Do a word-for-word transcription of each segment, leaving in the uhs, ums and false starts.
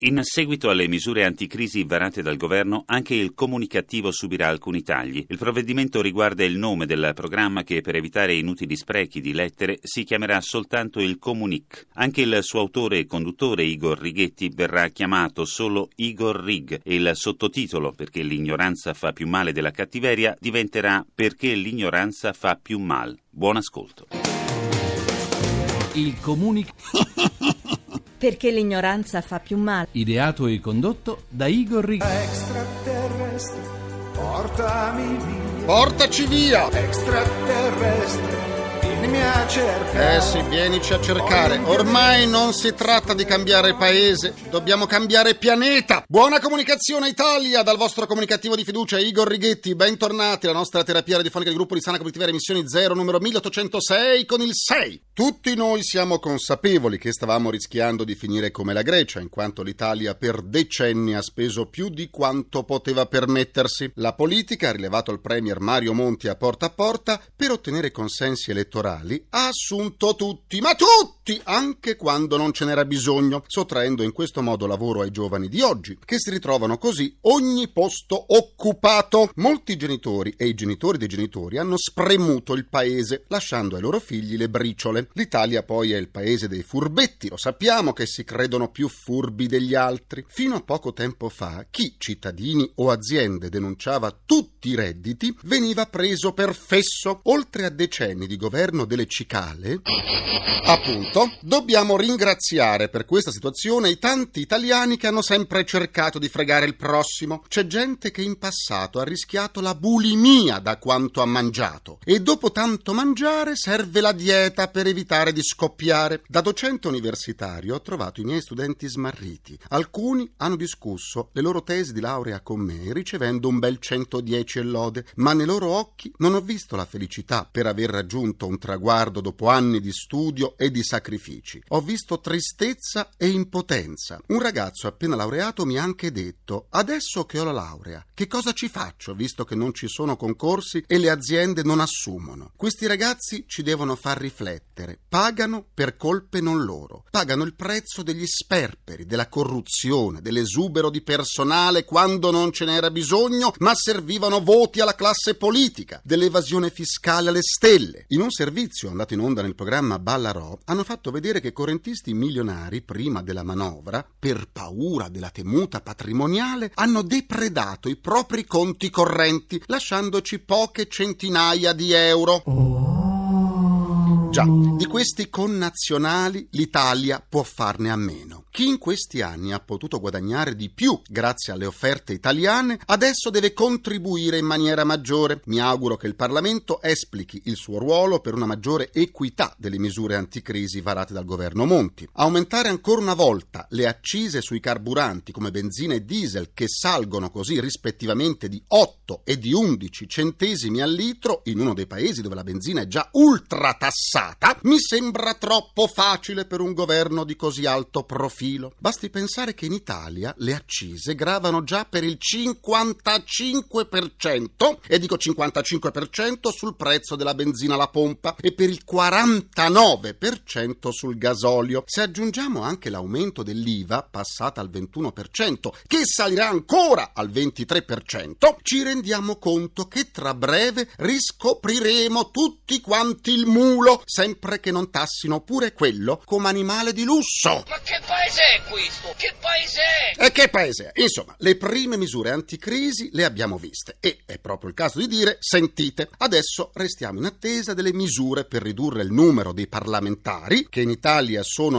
In seguito alle misure anticrisi varate dal governo, anche il comunicativo subirà alcuni tagli. Il provvedimento riguarda il nome del programma che, per evitare inutili sprechi di lettere, si chiamerà soltanto il Comunic. Anche il suo autore e conduttore, Igor Righetti, verrà chiamato solo Igor Rig e il sottotitolo, perché l'ignoranza fa più male della cattiveria, diventerà Perché l'ignoranza fa più mal. Buon ascolto. Il Comunic Perché l'ignoranza fa più male. Ideato e condotto da Igor Righetti. Extraterrestre, portami via. Portaci via! Extraterrestre, vienimi a cercare. Eh sì, vienici a cercare. Ormai non si tratta di cambiare paese, dobbiamo cambiare pianeta. Buona comunicazione Italia dal vostro comunicativo di fiducia Igor Righetti. Bentornati alla nostra terapia radiofonica del gruppo di Sana Comunitiva Emissioni Zero numero milleottocentosei con il sei. Tutti noi siamo consapevoli che stavamo rischiando di finire come la Grecia, in quanto l'Italia per decenni ha speso più di quanto poteva permettersi. La politica ha rilevato al premier Mario Monti a porta a porta per ottenere consensi elettorali, ha assunto tutti, ma tutti, anche quando non ce n'era bisogno, sottraendo in questo modo lavoro ai giovani di oggi, che si ritrovano così ogni posto occupato. Molti genitori e i genitori dei genitori hanno spremuto il paese, lasciando ai loro figli le briciole. L'Italia poi è il paese dei furbetti, lo sappiamo che si credono più furbi degli altri. Fino a poco tempo fa, chi, cittadini o aziende, denunciava tutti i redditi, veniva preso per fesso. Oltre a decenni di governo delle cicale, appunto, dobbiamo ringraziare per questa situazione i tanti italiani che hanno sempre cercato di fregare il prossimo. C'è gente che in passato ha rischiato la bulimia da quanto ha mangiato e dopo tanto mangiare serve la dieta per evitare di scoppiare. Da docente universitario ho trovato i miei studenti smarriti. Alcuni hanno discusso le loro tesi di laurea con me ricevendo un bel centodieci e lode, ma nei loro occhi non ho visto la felicità per aver raggiunto un traguardo dopo anni di studio e di sacrifici. Ho visto tristezza e impotenza. Un ragazzo appena laureato mi ha anche detto: adesso che ho la laurea, che cosa ci faccio visto che non ci sono concorsi e le aziende non assumono? Questi ragazzi ci devono far riflettere. Pagano per colpe non loro. Pagano il prezzo degli sperperi, della corruzione, dell'esubero di personale quando non ce n'era bisogno, ma servivano voti alla classe politica, dell'evasione fiscale alle stelle. In un servizio andato in onda nel programma Ballarò hanno fatto vedere che correntisti milionari, prima della manovra, per paura della temuta patrimoniale, hanno depredato i propri conti correnti, lasciandoci poche centinaia di euro. Già, di questi connazionali l'Italia può farne a meno. Chi in questi anni ha potuto guadagnare di più grazie alle offerte italiane adesso deve contribuire in maniera maggiore. Mi auguro che il Parlamento esplichi il suo ruolo per una maggiore equità delle misure anticrisi varate dal governo Monti. Aumentare ancora una volta le accise sui carburanti come benzina e diesel, che salgono così rispettivamente di otto e di undici centesimi al litro in uno dei paesi dove la benzina è già ultratassata, mi sembra troppo facile per un governo di così alto profilo. Basti pensare che in Italia le accise gravano già per il cinquantacinque per cento, e dico cinquantacinque per cento sul prezzo della benzina alla pompa e per il quarantanove per cento sul gasolio. Se aggiungiamo anche l'aumento dell'I V A passata al ventuno per cento, che salirà ancora al ventitré per cento, ci rendiamo conto che tra breve riscopriremo tutti quanti il mulo, sempre che non tassino pure quello come animale di lusso. Ma che paese è questo? Che paese è? E che paese è? Insomma, le prime misure anticrisi le abbiamo viste e è proprio il caso di dire sentite. Adesso restiamo in attesa delle misure per ridurre il numero dei parlamentari, che in Italia sono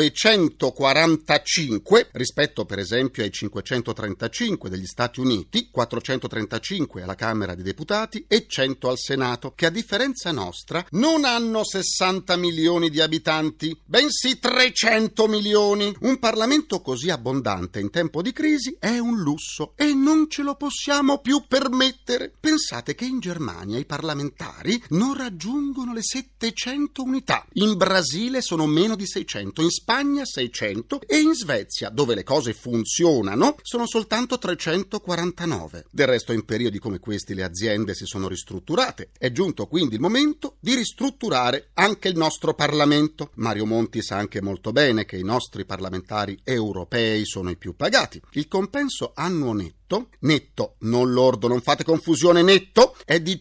novecentoquarantacinque rispetto per esempio ai cinquecentotrentacinque degli Stati Uniti, quattrocentotrentacinque alla Camera dei Deputati e cento al Senato, che a differenza nostra non hanno sessanta milioni di abitanti, bensì trecento milioni. Un Parlamento così abbondante in tempo di crisi è un lusso e non ce lo possiamo più permettere. Pensate che in Germania i parlamentari non raggiungono le settecento unità, in Brasile sono meno di seicento, in Spagna seicento e in Svezia, dove le cose funzionano, sono soltanto trecentoquarantanove. Del resto in periodi come questi le aziende si sono ristrutturate. È giunto quindi il momento di ristrutturare anche il nostro Parlamento. Mario Monti sa anche molto bene che i nostri parlamentari parlamentari europei sono i più pagati. Il compenso annuo netto, netto, non lordo, non fate confusione, netto, è di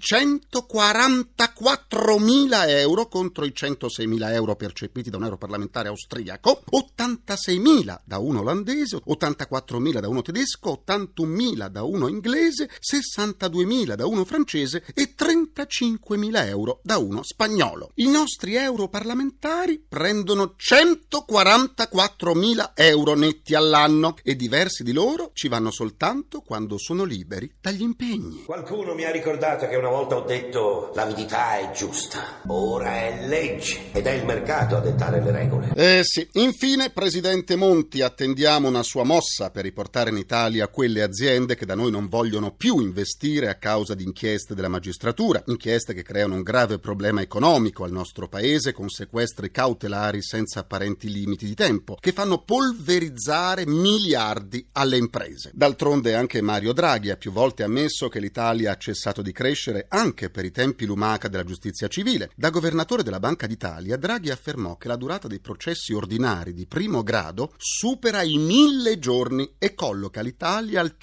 centoquarantaquattromila euro contro i centoseimila euro percepiti da un europarlamentare austriaco, ottantaseimila da uno olandese, ottantaquattromila da uno tedesco, ottantunomila da uno inglese, sessantaduemila da uno francese e trentacinquemila euro da uno spagnolo. I nostri europarlamentari prendono centoquarantaquattromila euro netti all'anno e diversi di loro ci vanno soltanto quando sono liberi dagli impegni. Qualcuno mi ha ricordato che una volta ho detto l'avidità è giusta, ora è legge ed è il mercato a dettare le regole. Eh sì, infine, presidente Monti, attendiamo una sua mossa per riportare in Italia quelle aziende che da noi non vogliono più investire a causa di inchieste della magistratura, inchieste che creano un grave problema economico al nostro paese con sequestri cautelari senza apparenti limiti di tempo, che fanno polverizzare miliardi alle imprese. D'altronde anche Mario Draghi ha più volte ammesso che l'Italia ha cessato di crescere anche per i tempi lumaca della giustizia civile. Da governatore della Banca d'Italia, Draghi affermò che la durata dei processi ordinari di primo grado supera i mille giorni e colloca l'Italia al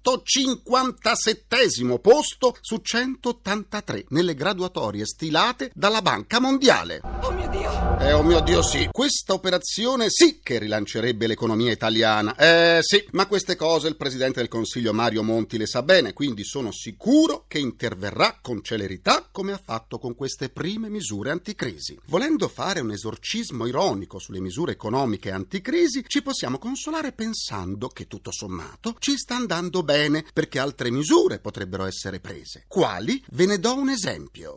centocinquantasettesimo posto su centottantatré nelle graduatorie stilate dalla Banca Mondiale. Oh mio Dio! Eh, oh mio Dio, sì. Questa operazione sì che rilancerebbe l'economia italiana. Eh, sì. Ma queste cose il Presidente del Consiglio Mario Monti le sa bene, quindi sono sicuro che interverrà con celerità come ha fatto con queste prime misure anticrisi. Volendo fare un esorcismo ironico sulle misure economiche anticrisi, ci possiamo consolare pensando che tutto sommato ci sta andando bene perché altre misure potrebbero essere prese. Quali? Ve ne do un esempio.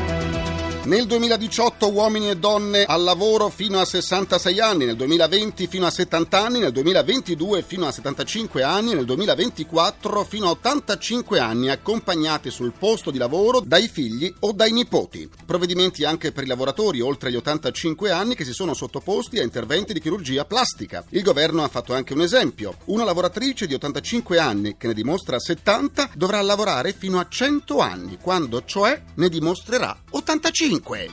Nel duemiladiciotto uomini e donne al lavoro fino a sessantasei anni, nel duemilaventi fino a settanta anni, nel duemilaventidue fino a settantacinque anni, nel duemilaventiquattro fino a ottantacinque anni, accompagnati sul posto di lavoro dai figli o dai nipoti. Provvedimenti anche per i lavoratori oltre gli ottantacinque anni che si sono sottoposti a interventi di chirurgia plastica. Il governo ha fatto anche un esempio. Una lavoratrice di ottantacinque anni che ne dimostra settanta dovrà lavorare fino a cento anni, quando cioè ne dimostrerà ottantacinque.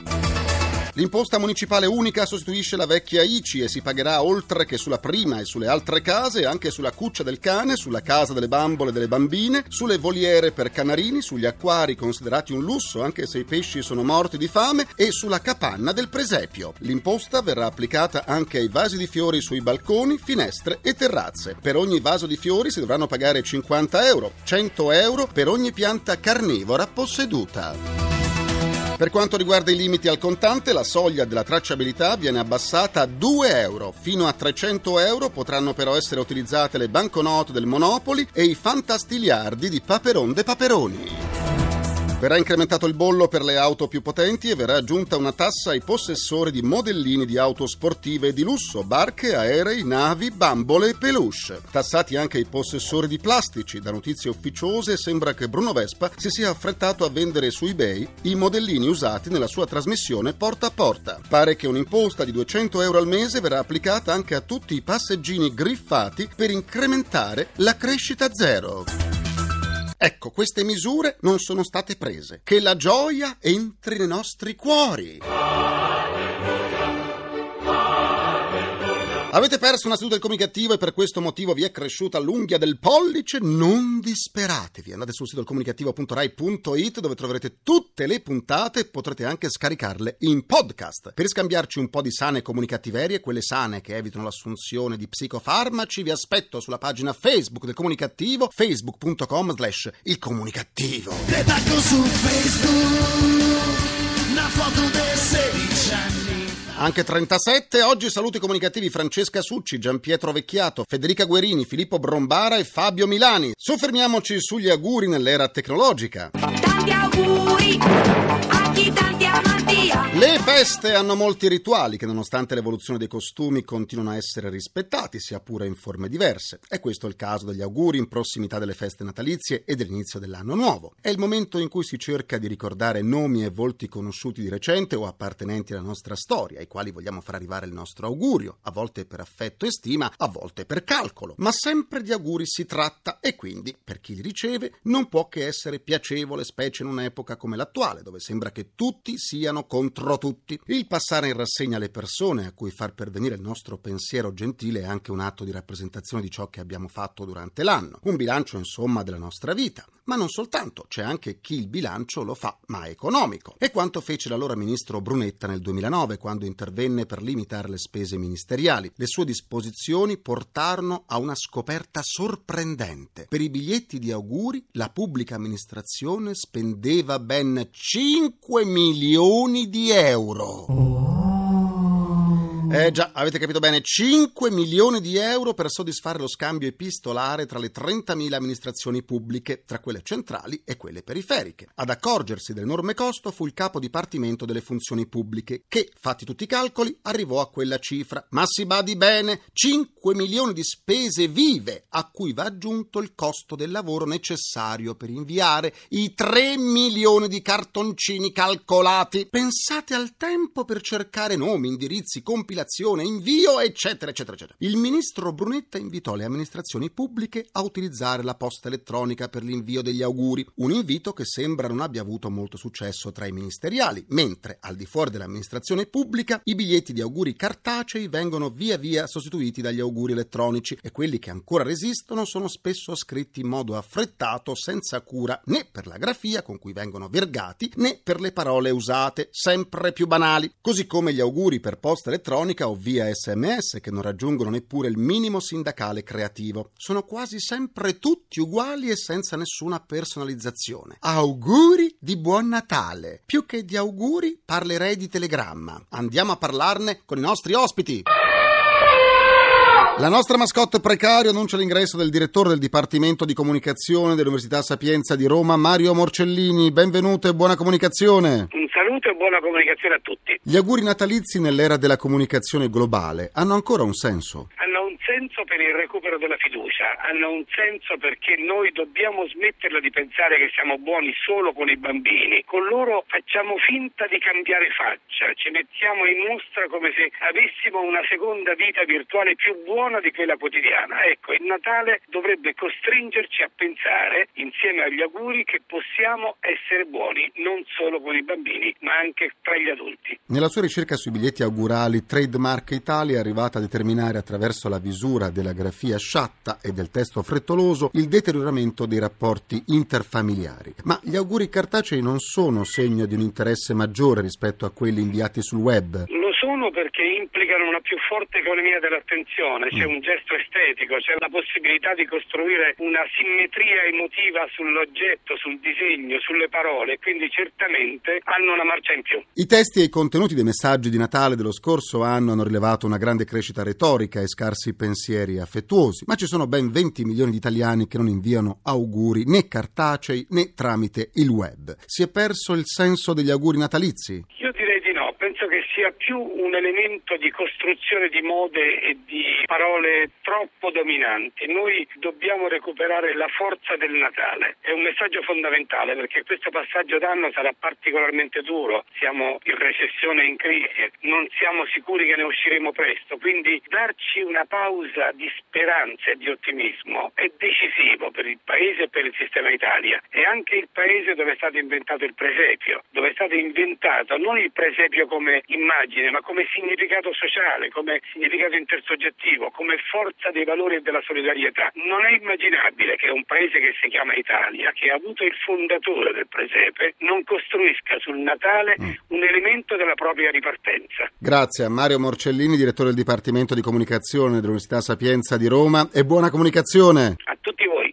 L'imposta municipale unica sostituisce la vecchia I C I e si pagherà oltre che sulla prima e sulle altre case anche sulla cuccia del cane, sulla casa delle bambole e delle bambine, sulle voliere per canarini, sugli acquari considerati un lusso anche se i pesci sono morti di fame e sulla capanna del presepio. L'imposta verrà applicata anche ai vasi di fiori sui balconi, finestre e terrazze. Per ogni vaso di fiori si dovranno pagare cinquanta euro, cento euro per ogni pianta carnivora posseduta. Per quanto riguarda i limiti al contante, la soglia della tracciabilità viene abbassata a due euro. Fino a trecento euro potranno però essere utilizzate le banconote del Monopoli e i fantastiliardi di Paperon de Paperoni. Verrà incrementato il bollo per le auto più potenti e verrà aggiunta una tassa ai possessori di modellini di auto sportive e di lusso, barche, aerei, navi, bambole e peluche. Tassati anche i possessori di plastici. Da notizie ufficiose sembra che Bruno Vespa si sia affrettato a vendere su eBay i modellini usati nella sua trasmissione Porta a Porta. Pare che un'imposta di duecento euro al mese verrà applicata anche a tutti i passeggini griffati per incrementare la crescita zero. Ecco, queste misure non sono state prese. Che la gioia entri nei nostri cuori. Avete perso una seduta del Comunicativo e per questo motivo vi è cresciuta l'unghia del pollice? Non disperatevi, andate sul sito comunicativo punto rai punto it dove troverete tutte le puntate e potrete anche scaricarle in podcast. Per scambiarci un po' di sane comunicattiverie, quelle sane che evitano l'assunzione di psicofarmaci, vi aspetto sulla pagina Facebook del Comunicativo, facebook punto com slash il comunicativo. Te taggo su Facebook, una foto dei sedici anni. Anche trentasette, oggi saluti comunicativi Francesca Succi, Gianpietro Vecchiato, Federica Guerini, Filippo Brombara e Fabio Milani. Soffermiamoci sugli auguri nell'era tecnologica. Tanti auguri a chi tanti amanti ha. Le feste hanno molti rituali che nonostante l'evoluzione dei costumi continuano a essere rispettati, sia pure in forme diverse. E questo è il caso degli auguri in prossimità delle feste natalizie e dell'inizio dell'anno nuovo. È il momento in cui si cerca di ricordare nomi e volti conosciuti di recente o appartenenti alla nostra storia, ai quali vogliamo far arrivare il nostro augurio, a volte per affetto e stima, a volte per calcolo. Ma sempre di auguri si tratta e quindi, per chi li riceve, non può che essere piacevole, specie specie in un'epoca come l'attuale, dove sembra che tutti siano contro tutti. Il passare in rassegna le persone a cui far pervenire il nostro pensiero gentile è anche un atto di rappresentazione di ciò che abbiamo fatto durante l'anno, un bilancio insomma della nostra vita. Ma non soltanto, c'è anche chi il bilancio lo fa, ma economico. E quanto fece l'allora ministro Brunetta nel duemilanove, quando intervenne per limitare le spese ministeriali. Le sue disposizioni portarono a una scoperta sorprendente. Per i biglietti di auguri la pubblica amministrazione spendeva ben cinque milioni di euro. Eh già, avete capito bene, cinque milioni di euro per soddisfare lo scambio epistolare tra le trentamila amministrazioni pubbliche, tra quelle centrali e quelle periferiche. Ad accorgersi dell'enorme costo fu il capo dipartimento delle funzioni pubbliche, che, fatti tutti i calcoli, arrivò a quella cifra. Ma si badi bene, cinque milioni di spese vive, a cui va aggiunto il costo del lavoro necessario per inviare i tre milioni di cartoncini calcolati. Pensate al tempo per cercare nomi, indirizzi, compilazioni, invio, eccetera, eccetera, eccetera. Il ministro Brunetta invitò le amministrazioni pubbliche a utilizzare la posta elettronica per l'invio degli auguri, un invito che sembra non abbia avuto molto successo tra i ministeriali, mentre al di fuori dell'amministrazione pubblica i biglietti di auguri cartacei vengono via via sostituiti dagli auguri elettronici e quelli che ancora resistono sono spesso scritti in modo affrettato, senza cura né per la grafia con cui vengono vergati né per le parole usate, sempre più banali, così come gli auguri per posta elettronica o via sms che non raggiungono neppure il minimo sindacale creativo. Sono quasi sempre tutti uguali e senza nessuna personalizzazione. Auguri di buon Natale. Più che di auguri parlerei di telegramma. Andiamo a parlarne con i nostri ospiti. La nostra mascotte precario annuncia l'ingresso del direttore del Dipartimento di Comunicazione dell'Università Sapienza di Roma, Mario Morcellini. Benvenuto e buona comunicazione. Un saluto e buona comunicazione a tutti. Gli auguri natalizi nell'era della comunicazione globale hanno ancora un senso? Hanno un senso per il recupero della fiducia, hanno un senso perché noi dobbiamo smetterla di pensare che siamo buoni solo con i bambini. Con loro facciamo finta di cambiare faccia, ci mettiamo in mostra come se avessimo una seconda vita virtuale più buona di quella quotidiana. Ecco, il Natale dovrebbe costringerci a pensare, insieme agli auguri, che possiamo essere buoni non solo con i bambini, ma anche tra gli adulti. Nella sua ricerca sui biglietti augurali, Trademark Italia è arrivata a determinare attraverso la visura della grafia sciatta e del testo frettoloso il deterioramento dei rapporti interfamiliari. Ma gli auguri cartacei non sono segno di un interesse maggiore rispetto a quelli inviati sul web? Lo sono perché implicano una più forte economia dell'attenzione, c'è un gesto estetico, c'è la possibilità di costruire una simmetria emotiva sull'oggetto, sul disegno, sulle parole, quindi certamente hanno una marcia in più. I testi e i contenuti dei messaggi di Natale dello scorso anno hanno rilevato una grande crescita retorica e scarsi pensieri affettuosi, ma ci sono ben venti milioni di italiani che non inviano auguri né cartacei né tramite il web. Si è perso il senso degli auguri natalizi? Io direi di no, penso che sia più un elemento di costruzione di mode e di parole troppo dominanti. Noi dobbiamo recuperare la forza del Natale. È un messaggio fondamentale perché questo passaggio d'anno sarà particolarmente duro. Siamo in recessione e in crisi, non siamo sicuri che ne usciremo presto, quindi darci una pausa di speranza e di ottimismo è decisivo per il Paese e per il sistema Italia. È anche il Paese dove è stato inventato il presepio, dove è stato inventato non il presepio come immagine, ma come significato sociale, come significato intersoggettivo, come forza dei valori e della solidarietà. Non è immaginabile che un Paese che si chiama Italia, che ha avuto il fondatore del presepe, non costruisca sul Natale un elemento della propria ripartenza. Grazie a Mario Morcellini, direttore del Dipartimento di Comunicazione dell'Università Sapienza di Roma, e buona comunicazione. A tutti voi.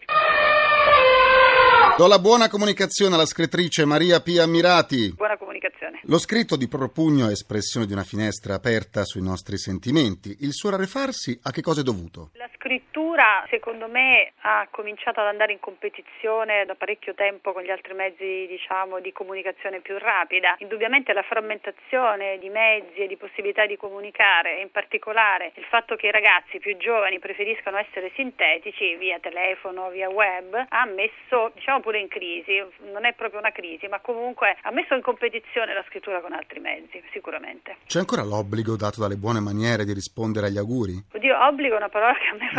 Do la buona comunicazione alla scrittrice Maria Pia Mirati. Buona comunicazione. Lo scritto di propugno è espressione di una finestra aperta sui nostri sentimenti. Il suo rarefarsi a che cosa è dovuto? La scrittura, secondo me, ha cominciato ad andare in competizione da parecchio tempo con gli altri mezzi, diciamo, di comunicazione più rapida. Indubbiamente la frammentazione di mezzi e di possibilità di comunicare, e in particolare il fatto che i ragazzi più giovani preferiscano essere sintetici via telefono, via web, ha messo, diciamo, pure in crisi. Non è proprio una crisi, ma comunque ha messo in competizione la scrittura con altri mezzi, sicuramente. C'è ancora l'obbligo dato dalle buone maniere di rispondere agli auguri? Oddio, obbligo è una parola che a me fa mm. sempre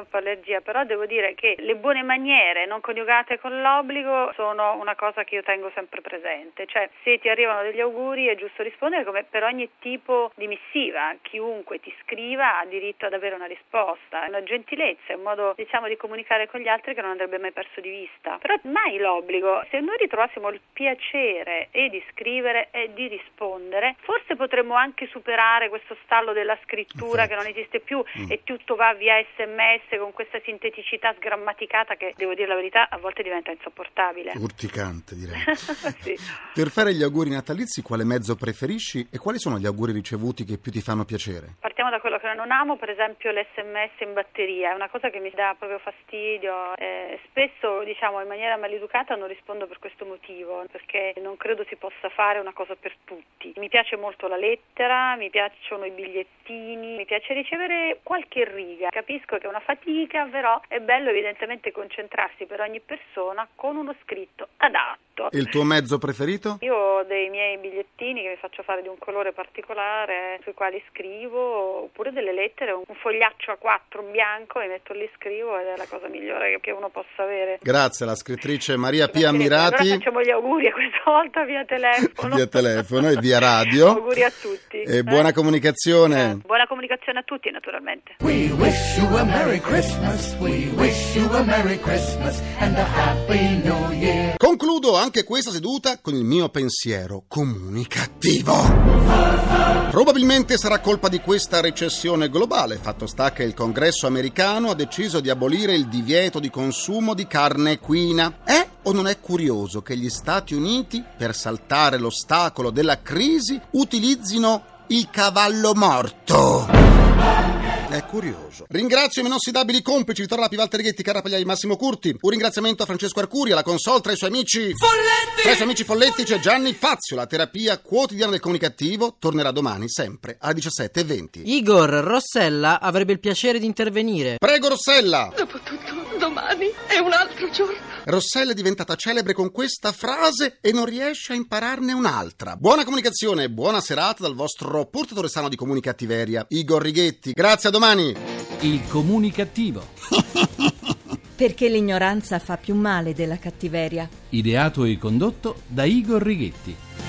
un po' allergia, però devo dire che le buone maniere non coniugate con l'obbligo sono una cosa che io tengo sempre presente, cioè se ti arrivano degli auguri è giusto rispondere come per ogni tipo di missiva, chiunque ti scriva ha diritto ad avere una risposta, è una gentilezza, è un modo diciamo di comunicare con gli altri che non andrebbe mai perso di vista, però mai l'obbligo. Se noi ritrovassimo il piacere e di scrivere e di rispondere, forse potremmo anche superare questo stallo della scrittura che non esiste più mm. e tutto va via sms con questa sinteticità sgrammaticata che, devo dire la verità, a volte diventa insopportabile. Urticante, direi. Sì. Per fare gli auguri natalizi quale mezzo preferisci e quali sono gli auguri ricevuti che più ti fanno piacere? Partiamo da quello che non amo, per esempio l'sms in batteria, è una cosa che mi dà proprio fastidio, eh, spesso diciamo in maniera maleducata non rispondo per questo motivo, perché non credo si possa fare una cosa per tutti. Mi piace molto la lettera, mi piacciono i bigliettini, mi piace ricevere qualche riga, capisco che è una fatica, però è bello evidentemente concentrarsi per ogni persona con uno scritto adatto. E il tuo mezzo preferito? Io ho dei miei bigliettini che mi faccio fare di un colore particolare sui quali scrivo, oppure delle lettere, un fogliaccio a quattro bianco e metto lì, scrivo, ed è la cosa migliore che uno possa avere. Grazie alla scrittrice Maria Pia Ammirati. Allora facciamo gli auguri a questa volta via telefono. Via telefono e via radio. Auguri a tutti. E buona eh? comunicazione. Eh, buona comunicazione a tutti, naturalmente. We wish you a Merry Christmas, we wish you a Merry Christmas and a Happy New Year. Concludo anche questa seduta con il mio pensiero comunicativo. Probabilmente sarà colpa di questa recessione globale. Fatto sta che il Congresso americano ha deciso di abolire il divieto di consumo di carne equina. È o non è curioso che gli Stati Uniti, per saltare l'ostacolo della crisi, utilizzino il cavallo morto? È curioso. Ringrazio i miei inossidabili complici Vittorio Lapi, Walter Righetti, Carra Pagliai, Massimo Curti. Un ringraziamento a Francesco Arcuri, alla console tra i suoi amici Folletti. Tra i suoi amici Folletti c'è Gianni Fazio. La terapia quotidiana del comunicativo tornerà domani, sempre alle diciassette e venti. Igor, Rossella avrebbe il piacere di intervenire. Prego, Rossella. Dopotutto, domani è un altro giorno. Rossella è diventata celebre con questa frase e non riesce a impararne un'altra. Buona comunicazione e buona serata dal vostro portatore sano di comunicattiveria, Igor Righetti. Grazie, a domani. Il comunicativo. Perché l'ignoranza fa più male della cattiveria. Ideato e condotto da Igor Righetti.